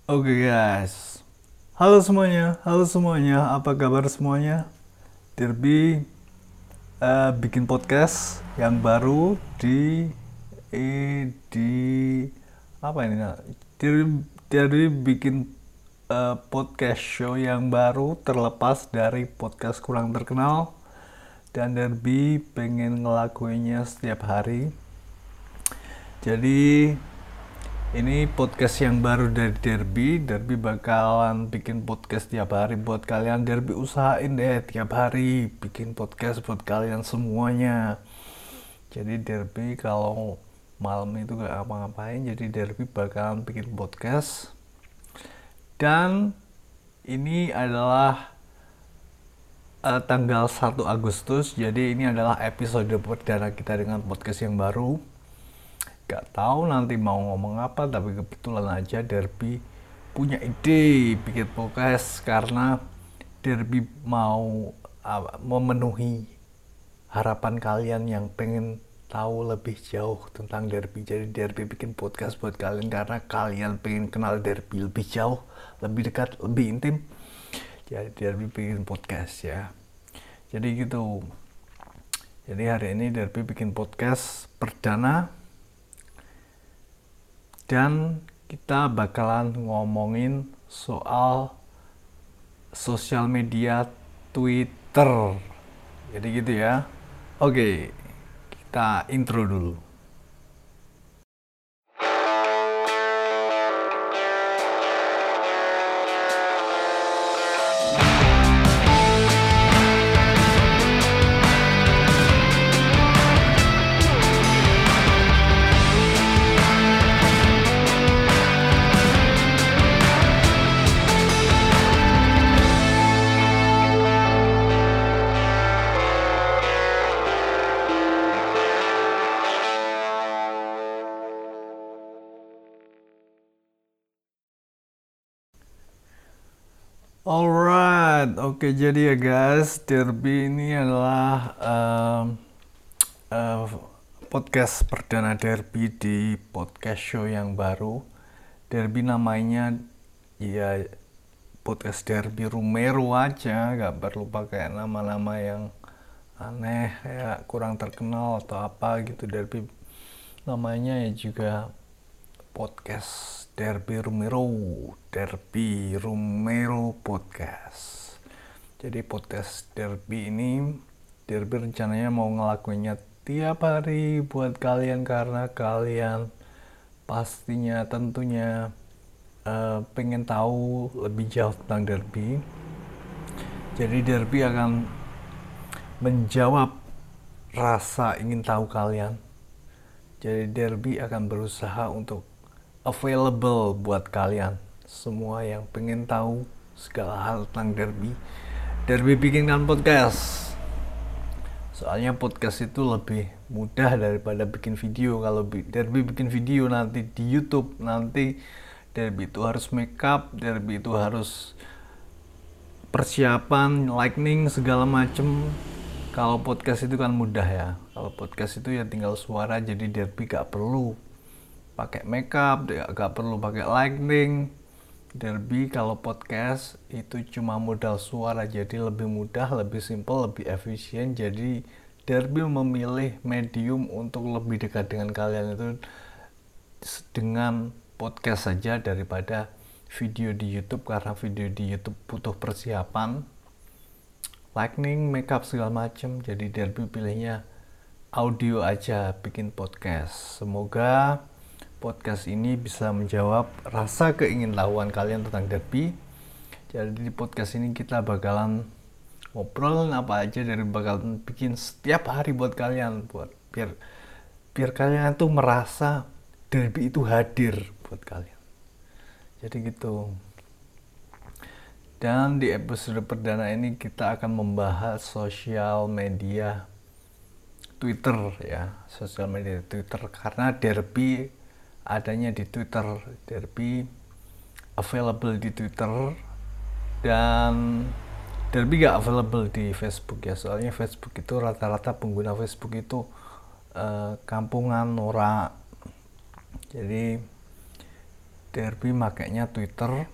Oke guys, halo semuanya, apa kabar semuanya? Derby bikin podcast yang baru di apa ini? Derby bikin podcast show yang baru terlepas dari podcast kurang terkenal dan Derby pengen ngelakuinnya setiap hari. Jadi ini podcast yang baru dari Derby. Derby bakalan bikin podcast tiap hari buat kalian. Derby usahain deh tiap hari bikin podcast buat kalian semuanya. Jadi Derby kalau malam itu gak ngapa-ngapain, jadi Derby bakalan bikin podcast. Dan ini adalah tanggal 1 Agustus. Jadi ini adalah episode perdana kita dengan podcast yang baru. Gak tahu nanti mau ngomong apa, tapi kebetulan aja Derby punya ide bikin podcast karena Derby mau memenuhi harapan kalian yang pengen tahu lebih jauh tentang Derby. Jadi Derby bikin podcast buat kalian karena kalian pengen kenal Derby lebih jauh, lebih dekat, lebih intim. Jadi Derby bikin podcast ya. Jadi gitu. Jadi hari ini Derby bikin podcast perdana. Dan kita bakalan ngomongin soal sosial media Twitter. Jadi gitu ya. Oke, kita intro dulu. Alright, oke jadi ya guys, Derby ini adalah uh, podcast perdana Derby di podcast show yang baru. Derby namanya ya podcast Derby Romero aja, gak perlu pakai nama-nama yang aneh ya, kurang terkenal atau apa gitu. Derby namanya ya juga podcast Derby Romero Podcast. Jadi podcast Derby ini, Derby rencananya mau ngelakuinnya tiap hari buat kalian karena kalian pastinya tentunya pengen tahu lebih jauh tentang Derby. Jadi Derby akan menjawab rasa ingin tahu kalian. Jadi Derby akan berusaha untuk available buat kalian semua yang pengen tahu segala hal tentang Derby. Derby bikinkan podcast. Soalnya podcast itu lebih mudah daripada bikin video. Kalau Derby bikin video nanti di YouTube, nanti Derby itu harus make up, Derby itu harus persiapan, lightning segala macem. Kalau podcast itu kan mudah ya. Kalau podcast itu ya tinggal suara, jadi Derby gak perlu pakai makeup, gak perlu pakai lightning. Derby kalau podcast itu cuma modal suara, jadi lebih mudah, lebih simple, lebih efisien. Jadi Derby memilih medium untuk lebih dekat dengan kalian itu dengan podcast saja daripada video di YouTube, karena video di YouTube butuh persiapan, lightning, makeup segala macam. Jadi Derby pilihnya audio aja, bikin podcast. Semoga podcast ini bisa menjawab rasa keingintahuan kalian tentang Derby. Jadi di podcast ini kita bakalan ngobrol apa aja, dari bakalan bikin setiap hari buat kalian, buat biar kalian tuh merasa Derby itu hadir buat kalian. Jadi gitu. Dan di episode perdana ini kita akan membahas sosial media Twitter ya, sosial media Twitter, karena Derby adanya di Twitter. Derby available di Twitter dan Derby gak available di Facebook ya, soalnya Facebook itu rata-rata pengguna Facebook itu kampungan, norak. Jadi Derby makainya Twitter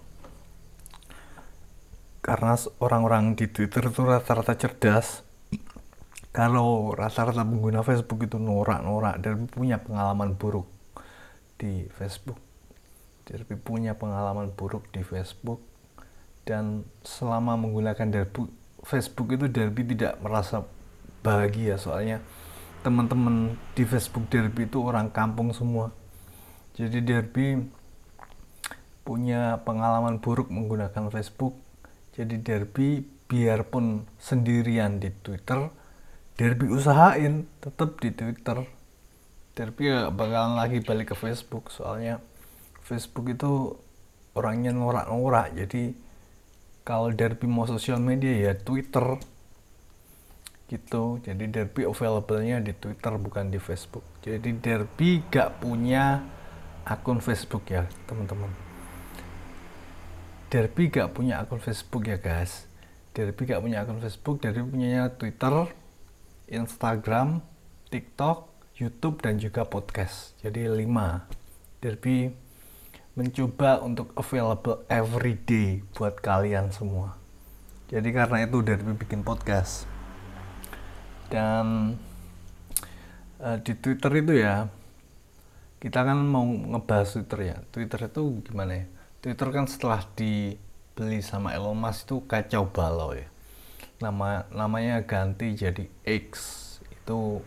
karena orang-orang di Twitter itu rata-rata cerdas. Kalau rata-rata pengguna Facebook itu norak-norak, Derby punya pengalaman buruk di Facebook. Derby punya pengalaman buruk di Facebook, dan selama menggunakan Facebook itu Derby tidak merasa bahagia, soalnya teman-teman di Facebook Derby itu orang kampung semua. Jadi Derby punya pengalaman buruk menggunakan Facebook. Jadi Derby biarpun sendirian di Twitter, Derby usahain tetap di Twitter. Derby gak bakalan lagi balik ke Facebook, soalnya Facebook itu orangnya norak-norak. Jadi kalau Derby mau sosial media ya Twitter gitu. Jadi Derby available-nya di Twitter bukan di Facebook. Jadi Derby gak punya akun Facebook ya teman-teman. Derby gak punya akun Facebook ya guys. Derby gak punya akun Facebook. Derby punyanya Twitter, Instagram, TikTok, YouTube, dan juga podcast. Jadi 5. Derby mencoba untuk available every day buat kalian semua. Jadi karena itu Derby bikin podcast. Dan di Twitter itu ya, kita kan mau ngebahas Twitter ya. Twitter itu gimana ya? Twitter kan setelah dibeli sama Elon Musk itu kacau balau ya. Namanya ganti jadi X. Itu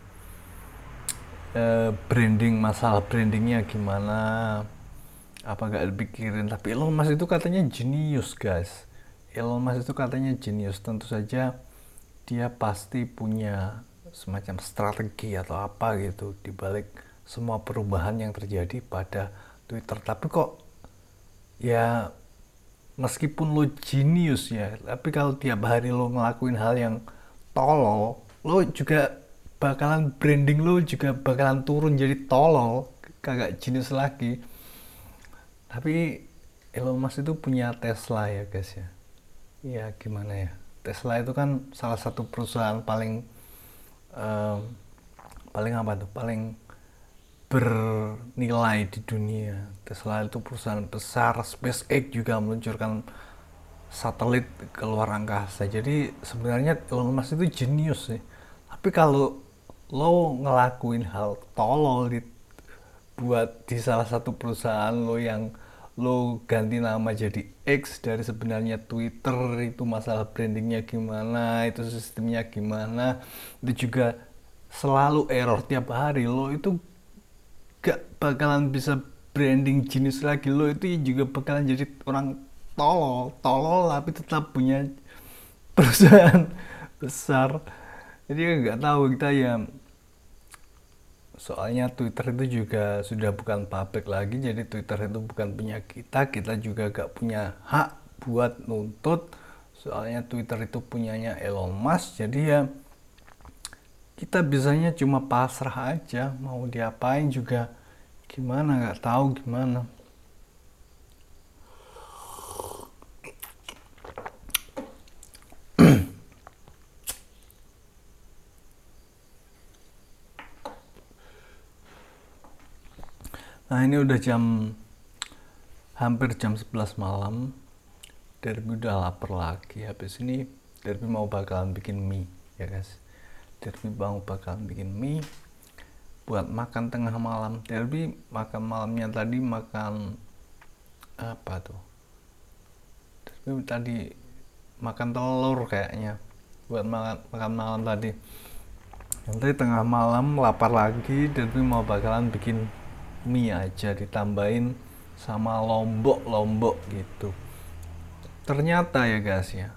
masalah brandingnya gimana, apa gak dipikirin. Tapi Elon Musk itu katanya jenius guys. Elon Musk itu katanya jenius. Tentu saja dia pasti punya semacam strategi atau apa gitu dibalik semua perubahan yang terjadi pada Twitter. Tapi kok ya meskipun lo jenius ya, tapi kalau tiap hari lo ngelakuin hal yang tolol, lo juga bakalan branding lo juga bakalan turun jadi tolol, kagak jenius lagi. Tapi Elon Musk itu punya Tesla ya guys ya. Ya gimana ya, Tesla itu kan salah satu perusahaan paling bernilai di dunia. Tesla itu perusahaan besar. SpaceX juga meluncurkan satelit ke luar angkasa. Jadi sebenarnya Elon Musk itu jenius sih. Tapi kalau lo ngelakuin hal tolol buat di salah satu perusahaan lo yang lo ganti nama jadi X dari sebenarnya Twitter, itu masalah brandingnya gimana, itu sistemnya gimana, itu juga selalu error tiap hari. Lo itu gak bakalan bisa branding jenis lagi. Lo itu juga bakalan jadi orang tolol tapi tetap punya perusahaan besar. Jadi nggak tahu kita ya, soalnya Twitter itu juga sudah bukan public lagi. Jadi Twitter itu bukan punya kita juga gak punya hak buat nuntut, soalnya Twitter itu punyanya Elon Musk. Jadi ya kita bisanya cuma pasrah aja, mau diapain juga gimana, nggak tahu gimana. Nah ini udah hampir jam 11 malam. Derby udah lapar lagi. Habis ini Derby mau bakalan bikin mie ya guys. Derby mau bakalan bikin mie buat makan tengah malam. Derby makan malamnya tadi makan apa tuh? Derby tadi makan telur kayaknya buat makan malam tadi. Nanti tengah malam lapar lagi, Derby mau bakalan bikin mie aja ditambahin sama lombok gitu. Ternyata ya guys ya,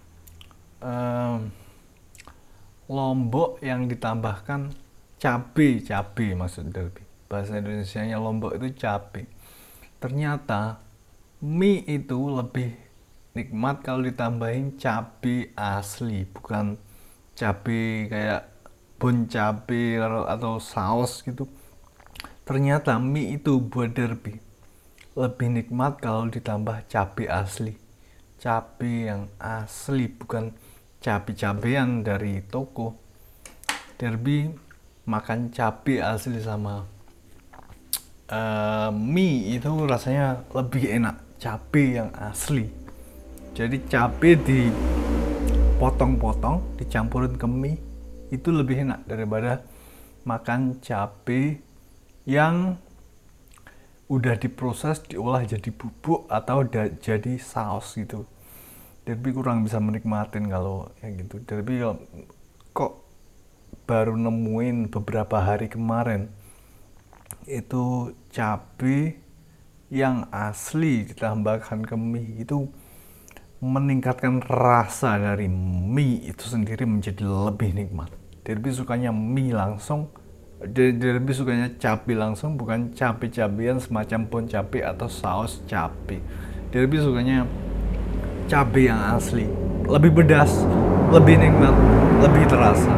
lombok yang ditambahkan cabe maksud Derby. Bahasa Indonesianya lombok itu cabe. Ternyata mie itu lebih nikmat kalau ditambahin cabe asli, bukan cabe kayak bon cabe atau saus gitu. Ternyata mie itu buat Derby lebih nikmat kalau ditambah cabai asli. Cabai yang asli, bukan cabai-cabean dari toko. Derby makan cabai asli sama mie itu rasanya lebih enak, cabai yang asli. Jadi cabai dipotong-potong, dicampurin ke mie, itu lebih enak daripada makan cabai yang udah diproses, diolah jadi bubuk atau jadi saus gitu. Derby kurang bisa menikmatin kalau kayak gitu. Derby kok baru nemuin beberapa hari kemarin itu cabai yang asli ditambahkan ke mie, itu meningkatkan rasa dari mie itu sendiri menjadi lebih nikmat. Derby sukanya mie langsung, Derby sukanya cabai langsung, bukan cabai-cabian semacam bon cabai atau saus cabai. Derby sukanya cabai yang asli, lebih pedas, lebih nikmat, lebih terasa.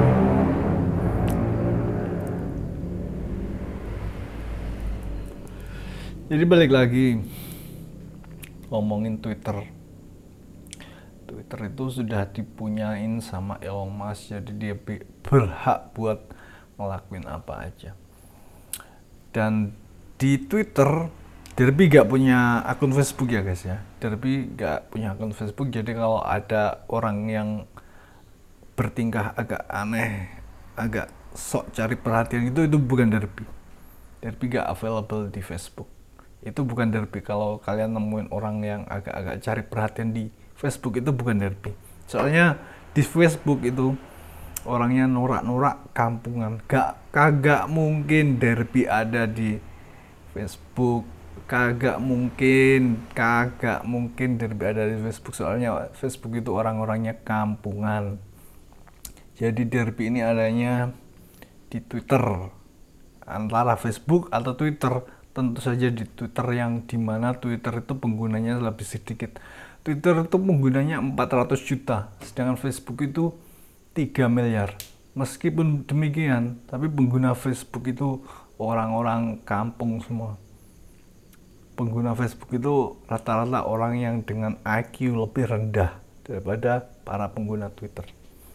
Jadi balik lagi ngomongin Twitter. Twitter itu sudah dipunyain sama Elon Musk, jadi dia berhak buat ngelakuin apa aja. Dan di Twitter, Derby gak punya akun Facebook ya guys ya. Derby gak punya akun Facebook, jadi kalau ada orang yang bertingkah agak aneh, agak sok cari perhatian itu bukan Derby. Derby gak available di Facebook. Itu bukan Derby. Kalau kalian nemuin orang yang agak-agak cari perhatian di Facebook, itu bukan Derby. Soalnya di Facebook itu orangnya norak-norak kampungan. Kagak mungkin Derby ada di Facebook. Kagak mungkin Derby ada di Facebook. Soalnya Facebook itu orang-orangnya kampungan. Jadi Derby ini adanya di Twitter. Antara Facebook atau Twitter, tentu saja di Twitter, yang dimana Twitter itu penggunanya lebih sedikit. Twitter itu penggunanya 400 juta, sedangkan Facebook itu 3 miliar. Meskipun demikian, tapi pengguna Facebook itu orang-orang kampung semua. Pengguna Facebook itu rata-rata orang yang dengan IQ lebih rendah daripada para pengguna Twitter.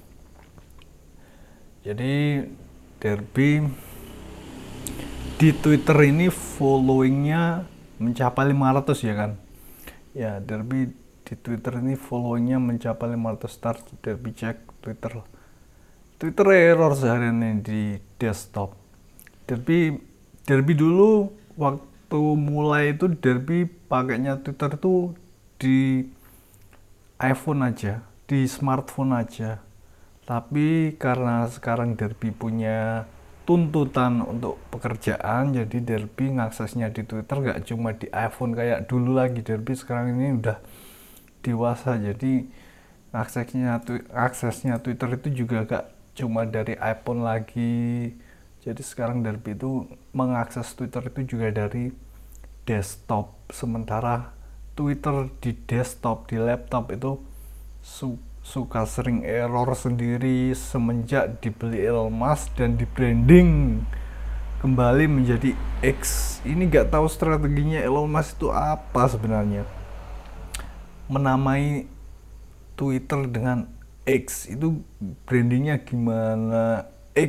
Jadi Derby di Twitter ini followingnya mencapai 500 ya kan. Ya, Derby di Twitter ini followingnya mencapai 500. Start Derby cek Twitter error seharian ini di desktop. Derby dulu waktu mulai itu Derby pakainya Twitter tuh di iPhone aja, di smartphone aja. Tapi karena sekarang Derby punya tuntutan untuk pekerjaan, jadi Derby ngaksesnya di Twitter gak cuma di iPhone kayak dulu lagi. Derby sekarang ini udah dewasa, jadi aksesnya Twitter itu juga gak cuma dari iPhone lagi. Jadi sekarang Derby itu mengakses Twitter itu juga dari desktop. Sementara Twitter di desktop, di laptop itu suka sering error sendiri semenjak dibeli Elon Musk dan di branding kembali menjadi X. Ini gak tahu strateginya Elon Musk itu apa sebenarnya. Menamai Twitter dengan X itu brandingnya gimana?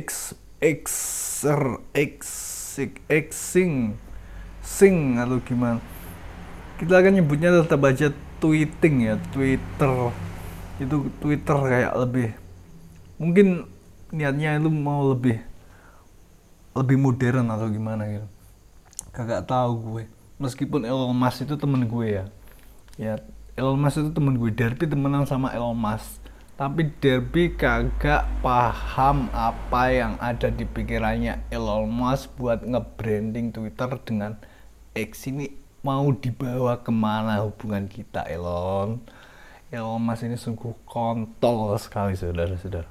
Xing atau gimana? Kita akan nyebutnya tetap aja tweeting ya, Twitter. Itu Twitter kayak lebih, mungkin niatnya itu mau lebih modern atau gimana gitu. Kagak tahu gue. Meskipun Elon Musk itu temen gue ya Elon Musk itu temen gue. Derby temenan sama Elon Musk, tapi Derby kagak paham apa yang ada di pikirannya Elon Musk buat nge-branding Twitter dengan X. Ini mau dibawa kemana hubungan kita, Elon Musk ini sungguh kontol sekali, saudara-saudara.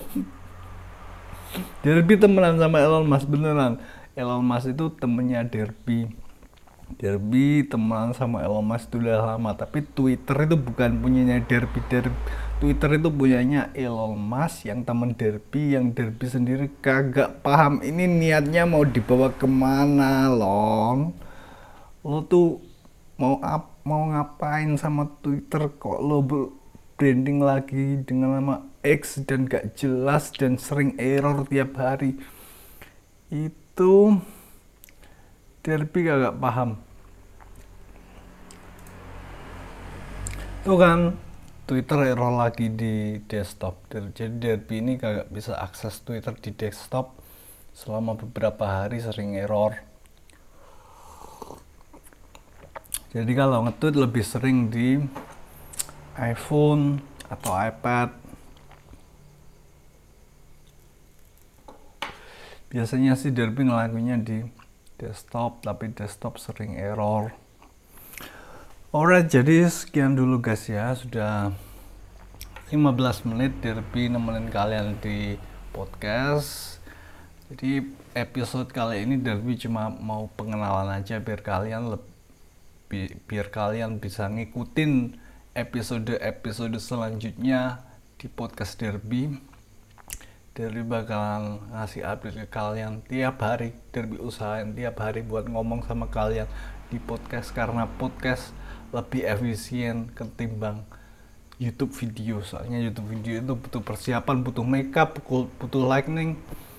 Derby temenan sama Elon Musk beneran. Elon Musk itu temennya Derby. Derby temenan sama Elon Musk itu udah lama, tapi Twitter itu bukan punyanya Derby. Twitter itu punyanya Elon Musk yang temen Derby, yang Derby sendiri kagak paham ini niatnya mau dibawa kemana, Lon. Lo tuh mau ngapain sama Twitter kok lo branding lagi dengan nama X dan gak jelas dan sering error tiap hari. Itu Derby kagak paham. Tuh kan, Twitter error lagi di desktop. Jadi Derby ini kagak bisa akses Twitter di desktop selama beberapa hari, sering error. Jadi kalau nge-tweet lebih sering di iPhone atau iPad. Biasanya sih Derby ngelakuinnya di desktop, tapi desktop sering error. Alright, jadi sekian dulu guys ya. Sudah 15 menit Derby nemenin kalian di podcast. Jadi episode kali ini Derby cuma mau pengenalan aja biar kalian bisa ngikutin episode selanjutnya di podcast Derby. Derby bakalan ngasih update ke kalian tiap hari. Derby usahain tiap hari buat ngomong sama kalian di podcast, karena podcast lebih efisien ketimbang YouTube video. Soalnya YouTube video itu butuh persiapan, butuh makeup, butuh lighting.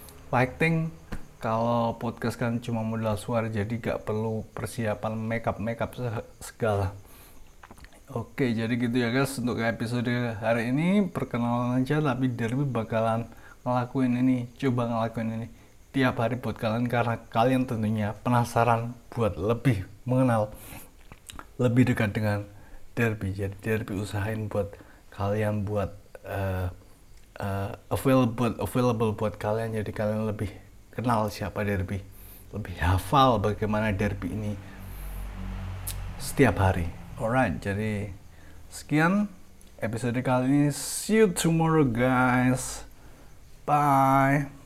Kalau podcast kan cuma modal suara, jadi gak perlu persiapan makeup segala. Oke, jadi gitu ya guys untuk episode hari ini. Perkenalan aja, tapi Derby bakalan ngelakuin ini tiap hari buat kalian, karena kalian tentunya penasaran buat lebih mengenal, lebih dekat dengan Derby. Jadi Derby usahain buat kalian, buat available buat kalian, jadi kalian lebih kenal siapa Derby, lebih hafal bagaimana Derby ini setiap hari. Alright, jadi sekian episode kali ini. See you tomorrow guys. Bye.